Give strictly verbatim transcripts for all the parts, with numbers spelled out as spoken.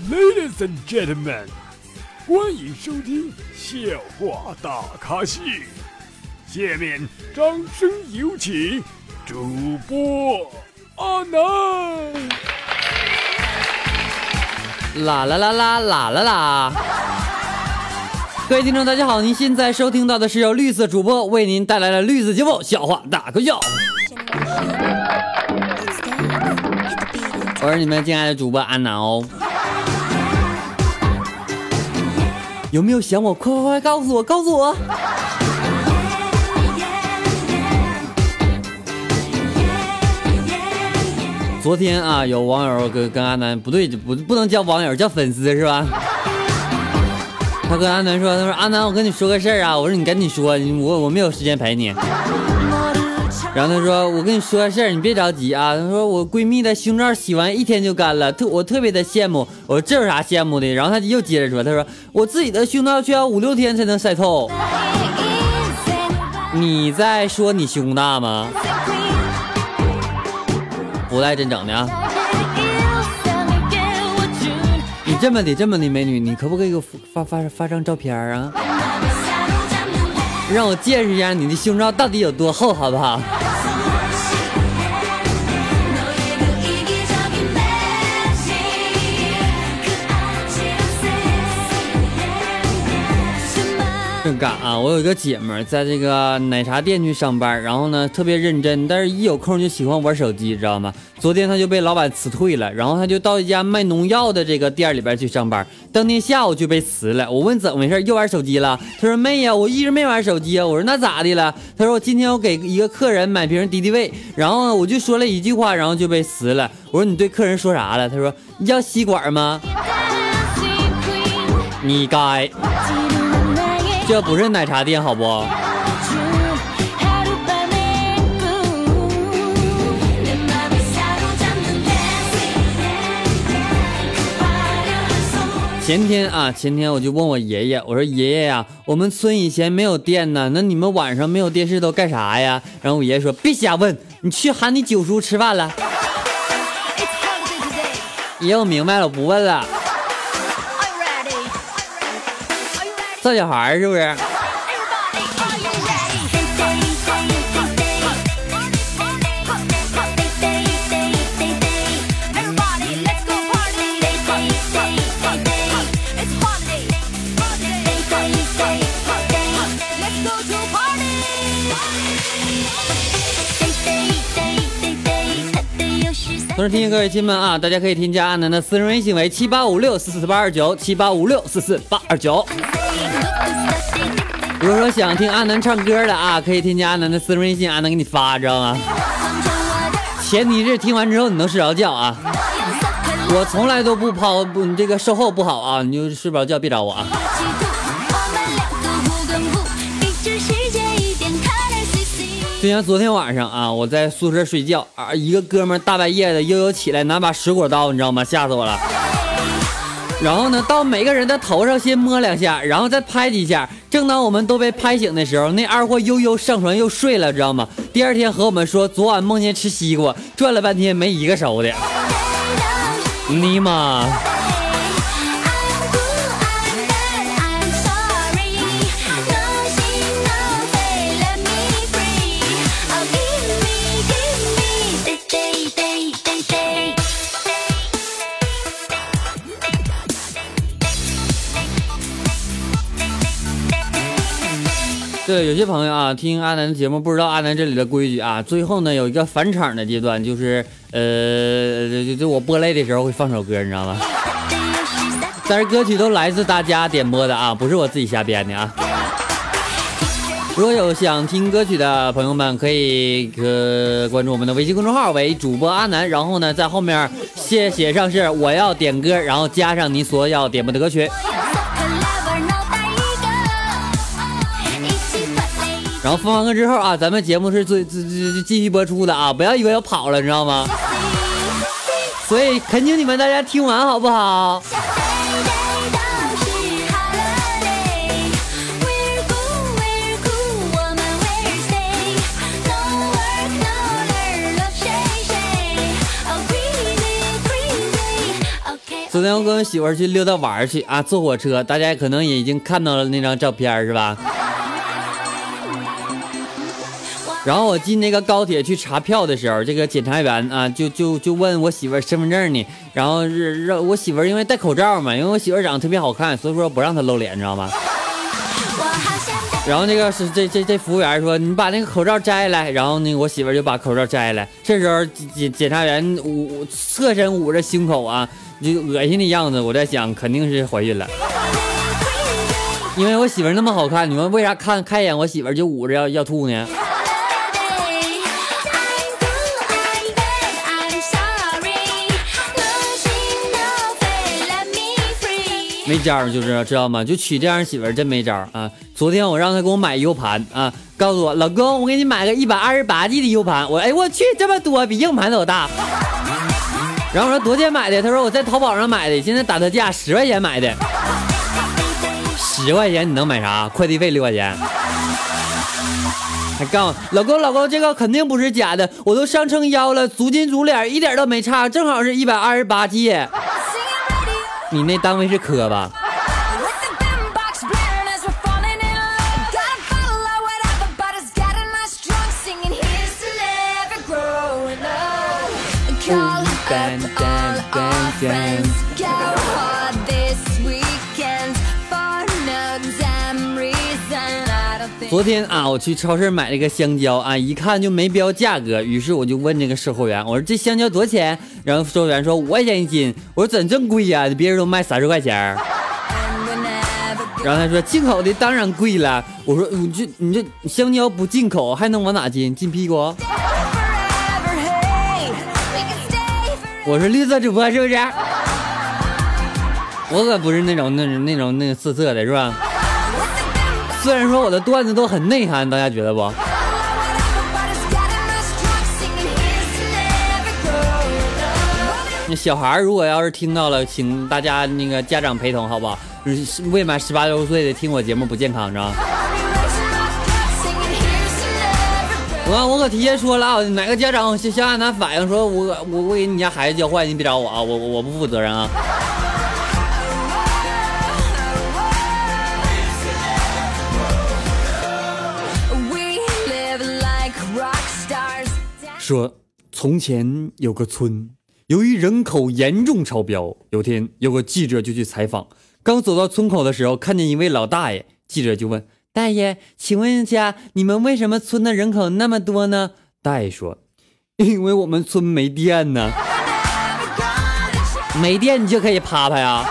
Ladies and gentlemen， 欢迎收听笑话大咖秀。下面掌声有请主播阿南。 啦啦啦啦啦啦啦！各位听众，大家好，您现在收听到的是由绿色主播为您带来的绿色节目《笑话大咖秀》。我是你们敬爱的主播安南哦。有没有想我？快快快告诉我，告诉我！昨天啊，有网友跟跟阿南不对，不不能叫网友，叫粉丝是吧？他跟阿南说，他说阿南，我跟你说个事儿啊。我说你赶紧说，我我没有时间陪你。然后他说我跟你说个事儿，你别着急啊。他说我闺蜜的胸罩洗完一天就干了，特我特别的羡慕。我说这有啥羡慕的？然后他又接着说，他说我自己的胸罩需要五六天才能晒透。你在说你胸大吗？不带真整的啊！你这么的这么的美女，你可不可以给我发发发张照片啊？让我见识一下你的胸罩到底有多厚，好不好？真干啊！我有一个姐们儿在这个奶茶店去上班，然后呢特别认真，但是一有空就喜欢玩手机，知道吗？昨天她就被老板辞退了，然后她就到一家卖农药的这个店里边去上班，当天下午就被辞了。我问怎么回事，又玩手机了？她说妹呀，我一直没玩手机啊。我说那咋的了？她说我今天我给一个客人买瓶敌敌畏，然后呢我就说了一句话，然后就被辞了。我说你对客人说啥了？她说要吸管吗？你该。这不是奶茶店好不？前天啊，前天我就问我爷爷，我说爷爷呀，我们村以前没有电呢，那你们晚上没有电视都干啥呀？然后我爷爷说别瞎问，你去喊你九叔吃饭了。爷爷我明白了，我不问了。造小孩是不是？同时提醒各位亲们啊，大家可以添加阿南的私人微信为七八五六四四八二九七八五六四四八二九。如果说想听阿南唱歌的啊，可以添加阿南的私人微信，阿南给你发，知道吗？前提是听完之后你能睡着觉啊。我从来都不抛不这个售后不好啊，你就睡不着觉别找我啊。就像昨天晚上啊，我在宿舍睡觉啊，一个哥们大半夜的悠悠起来拿把水果刀，你知道吗？吓死我了。然后呢，到每个人的头上先摸两下，然后再拍几下。正当我们都被拍醒的时候，那二货悠悠上床又睡了，知道吗？第二天和我们说，昨晚梦见吃西瓜，转了半天没一个熟的。尼玛！对，有些朋友啊，听阿南的节目不知道阿南这里的规矩啊。最后呢，有一个返场的阶段，就是呃，就就我播累的时候会放首歌，你知道吗？但是歌曲都来自大家点播的啊，不是我自己瞎编的啊。如果有想听歌曲的朋友们，可以呃关注我们的微信公众号为主播阿南，然后呢在后面写写上是我要点歌，然后加上你所要点播的歌曲。然后放完歌之后啊，咱们节目是最继续播出的啊，不要以为我跑了，你知道吗？所以恳请你们大家听完好不好？Okay. 昨天我跟我媳妇去溜达玩去啊，坐火车，大家可能也已经看到了那张照片是吧？然后我进那个高铁去查票的时候，这个检查员啊，就就就问我媳妇身份证呢，然后让我媳妇因为戴口罩嘛，因为我媳妇长得特别好看，所以说不让她露脸，你知道吗？然后那个是这这这服务员说你把那个口罩摘来，然后那个我媳妇就把口罩摘来，这时候检检查员捂侧身捂着胸口啊，就恶心的样子，我在想肯定是怀孕了。因为我媳妇那么好看，你们为啥看看一眼我媳妇就捂着要要吐呢？没招，就是知道吗？就娶这样媳妇真没招啊！昨天我让他给我买 U 盘啊，告诉我老公，我给你买个一百二十八 G 的 U 盘。我哎我去，这么多，比硬盘都大。然后我说多少钱买的？他说我在淘宝上买的，现在打特价，十块钱买的。十块钱你能买啥？快递费六块钱。还告诉我老公老公，这个肯定不是假的，我都上称腰了，足筋足脸一点都没差，正好是一百二十八 G。你那单位是科吧？昨天啊，我去超市买了个香蕉啊，一看就没标价格，于是我就问这个售货员，我说这香蕉多少钱？然后售货员说五块钱一斤。我说怎这么贵呀、啊？别人都卖三十块钱。然后他说进口的当然贵了。我说你这你这香蕉不进口还能往哪进？进屁股？我说绿色主播是不是？我可不是那种那种那种那个色色的是吧？虽然说我的段子都很内涵，大家觉得不？那小孩如果要是听到了，请大家那个家长陪同，好不好？未满十八周岁的听我节目不健康，知道吗？我我可提前说了啊，哪个家长小阿南反映说我我我给你家孩子教坏，你别找我啊，我我不负责任啊。说从前有个村，由于人口严重超标，有天有个记者就去采访，刚走到村口的时候，看见一位老大爷，记者就问大爷，请问一下你们为什么村的人口那么多呢？大爷说因为我们村没电呢。没电你就可以啪啪呀，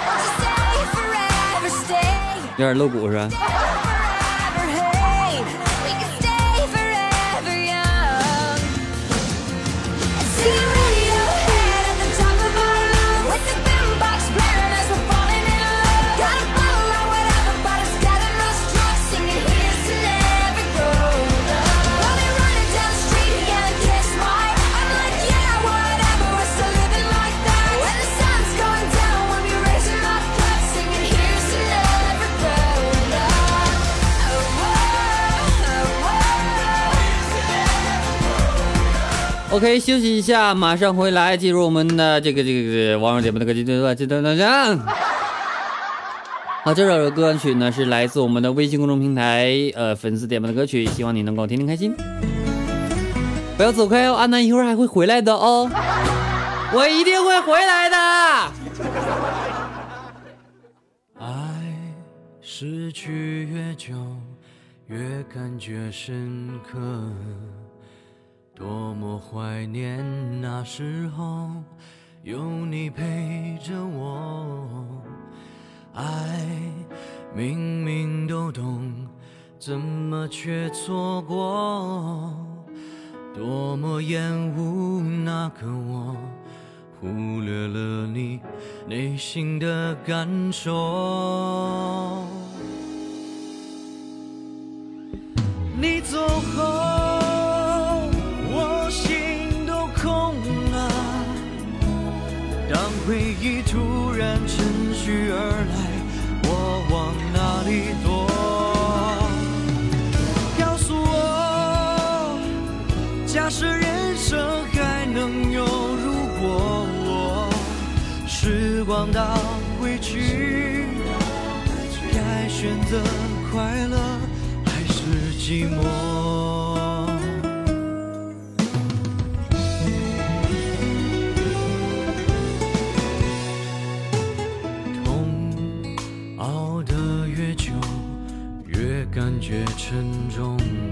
有点露骨是吧？OK， 休息一下，马上回来，进入我们的这个这个这个网友点播的歌曲阶段，阶段段段。好，这首歌曲呢是来自我们的微信公众平台呃粉丝点播的歌曲，希望你能够听听开心。不要走开哦，阿南一会儿还会回来的哦，我一定会回来的。 爱失去越久，越感觉深刻。多么怀念那时候有你陪着我，爱明明都懂，怎么却错过？多么厌恶那个我，忽略了你内心的感受。你走后当回忆突然趁虚而来，我往哪里躲？告诉我，假设人生还能有如果，是光倒回去，该选择快乐还是寂寞？痛熬得越久，越感觉沉重，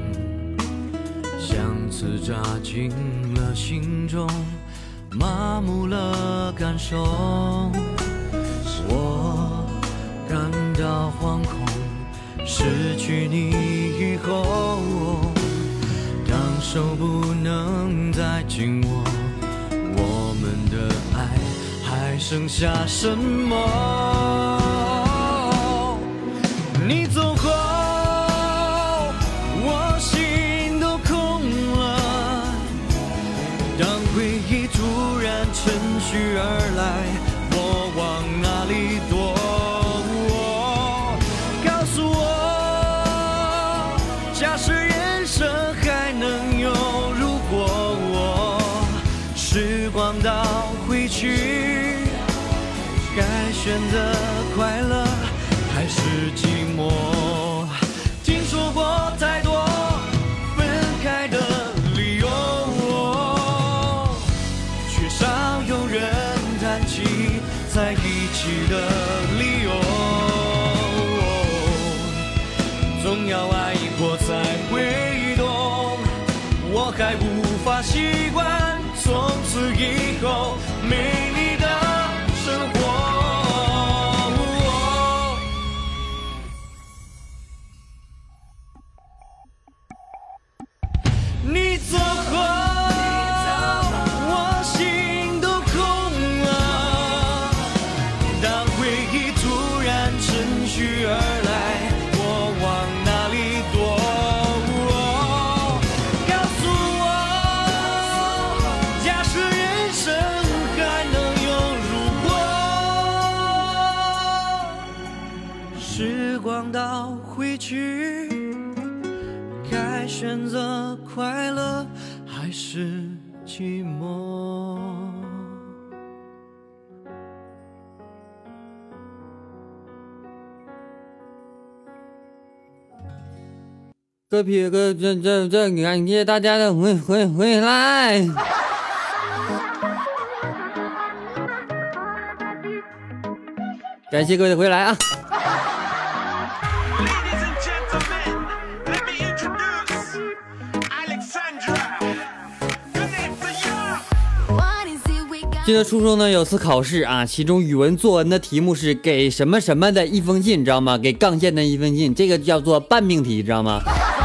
像刺扎进了心中，麻木了感受。我感到惶恐，失去你以后，当手不能再紧握，我们的爱还剩下什么？你走后，我心都空了，当回忆突然趁虚而来，我往哪里躲？告诉我，假设人生还能有如果，我时光倒回去，该选择快乐还是寂寞？听说过太多分开的理由，缺少有人谈起在一起的理由。总要爱过才会懂，我还无法习惯从此以后没你的生活。你走后，我心都空了，当回忆突然趁虚而来，我往哪里躲？告诉我，假设人生还能有如果，时光倒回去，该选择快乐还是寂寞？ 各批个这这这感谢大家的回回回来。感谢各位的回来啊！记得初中呢有次考试啊，其中语文作文的题目是给什么什么的一封信，知道吗？给杠线的一封信，这个叫做半命题，知道吗？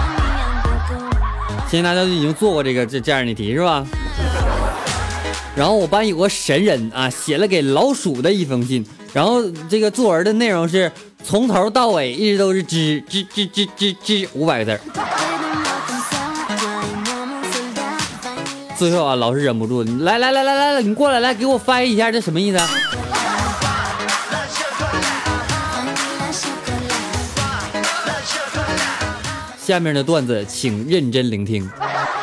相信大家都已经做过这个这这样的题是吧？然后我班有个神人啊，写了给老鼠的一封信，然后这个作文的内容是从头到尾一直都是吱吱吱吱吱吱五百个字。最后啊，老师忍不住，来来来来来来，你过来，来给我翻译一下，这什么意思啊？下面的段子请认真聆听。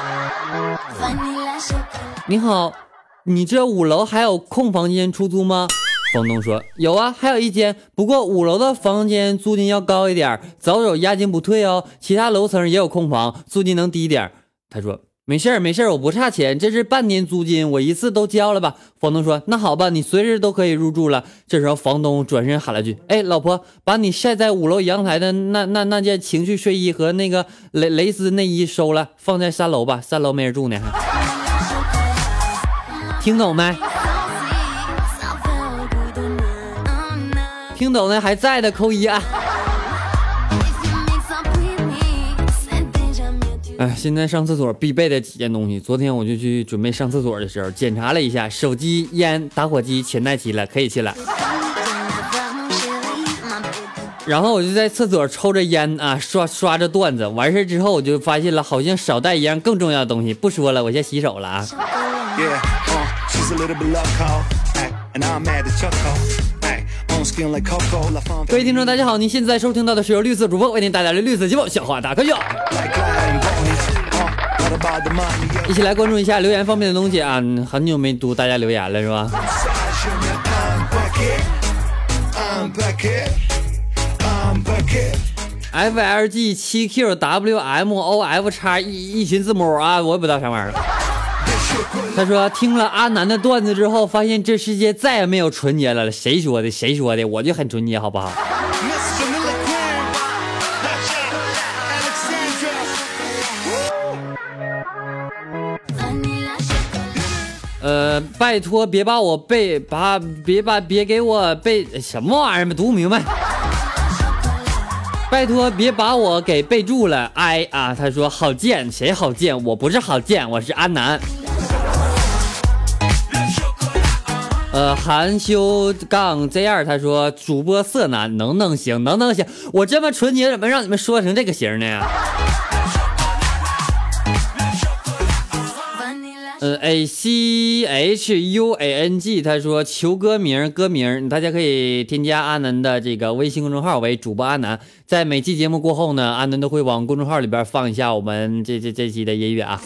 你好，你这五楼还有空房间出租吗？房东说有啊，还有一间，不过五楼的房间租金要高一点，早有押金不退哦。其他楼层也有空房，租金能低一点。他说没事儿没事儿，我不差钱，这是半年租金，我一次都交了吧。房东说那好吧，你随时都可以入住了。这时候房东转身喊了句，哎，老婆，把你晒在五楼阳台的那那那件情趣睡衣和那个蕾蕾丝内衣收了，放在三楼吧，三楼没人住呢。听懂没？听懂的还在的扣一啊。哎，现在上厕所必备的几件东西，昨天我就去准备上厕所的时候，检查了一下，手机、烟、打火机全带齐了，可以去了。然后我就在厕所抽着烟啊，刷刷着段子，完事之后我就发现了，好像少带一样更重要的东西。不说了，我先洗手了啊。各位听众大家好，您现在收听到的是由绿色主播为您带来的绿色节目笑话大科秀，一起来关注一下留言方面的东西啊，很久没读大家留言了是吧？ F L G 七 Q W M O F X 一一群字母啊，我也不知道啥玩意儿。他说听了阿南的段子之后，发现这世界再也没有纯洁了。谁说的？谁说的？我就很纯洁，好不好？呃，拜托别把我背把别把别给我背什么玩意儿没读不明白。拜托别把我给备注了，哎啊！他说好贱，谁好贱？我不是好贱，我是阿南。呃，含羞杠 Z 二他说主播色男能能行能能行，我这么纯洁怎么让你们说成这个型呢？呃 A C H U A N G 他说求歌名歌名，大家可以添加阿南的这个微信公众号为主播阿南，在每期节目过后呢，阿南都会往公众号里边放一下我们这这这期的音乐啊。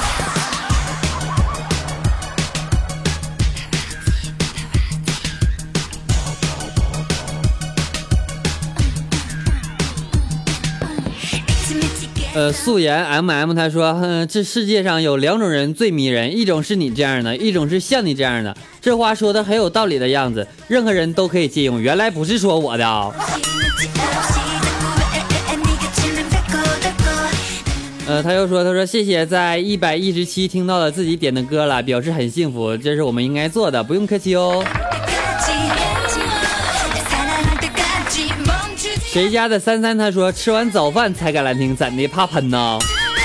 呃，素颜 M M 他说、嗯，这世界上有两种人最迷人，一种是你这样的，一种是像你这样的。这话说的很有道理的样子，任何人都可以借用。原来不是说我的啊、哦。呃，他又说，他说谢谢在一百一十七听到了自己点的歌了，表示很幸福，这是我们应该做的，不用客气哦。谁家的三三他说吃完早饭才敢来听，怎的怕喷呢？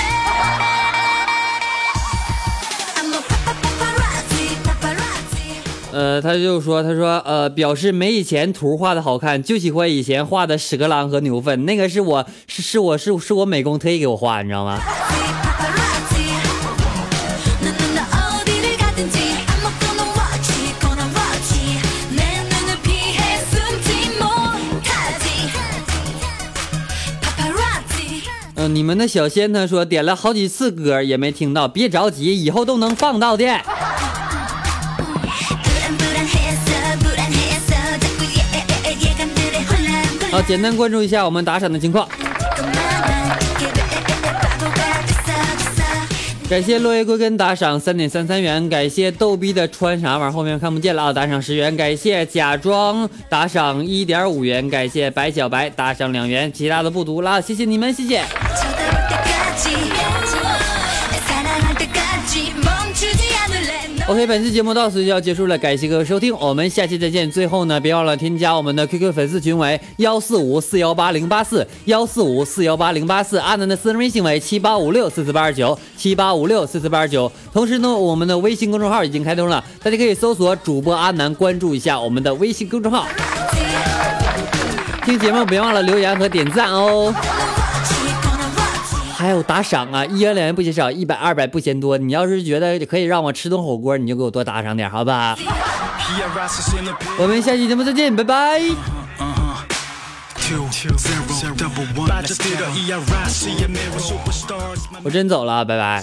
呃，他就说他说呃表示没以前图画的好看，就喜欢以前画的屎壳郎和牛粪，那个是我是是我是是我美工特意给我画，你知道吗？嗯，你们的小仙他说点了好几次歌也没听到，别着急，以后都能放到的。好，简单关注一下我们打赏的情况。感谢落叶归根打赏三点三三元，感谢逗逼的穿啥玩意儿后面看不见了啊，打赏十元，感谢假装打赏一点五元，感谢白小白打赏两元，其他的不读了，谢谢你们，谢谢。OK， 本期节目到此就要结束了，感谢各位收听，我们下期再见。最后呢，别忘了添加我们的 Q Q 粉丝群为幺四五四幺八零八四幺四五四幺八零八四，阿南的私人微信为七八五六四四八二九七八五六四四八二九。同时呢，我们的微信公众号已经开通了，大家可以搜索主播阿南，关注一下我们的微信公众号。听节目别忘了留言和点赞哦。还有打赏啊，一元两元不嫌少，一百二百不嫌多。你要是觉得可以让我吃顿火锅，你就给我多打赏点，好吧？我们下期节目再见，拜拜。我真走了，拜拜。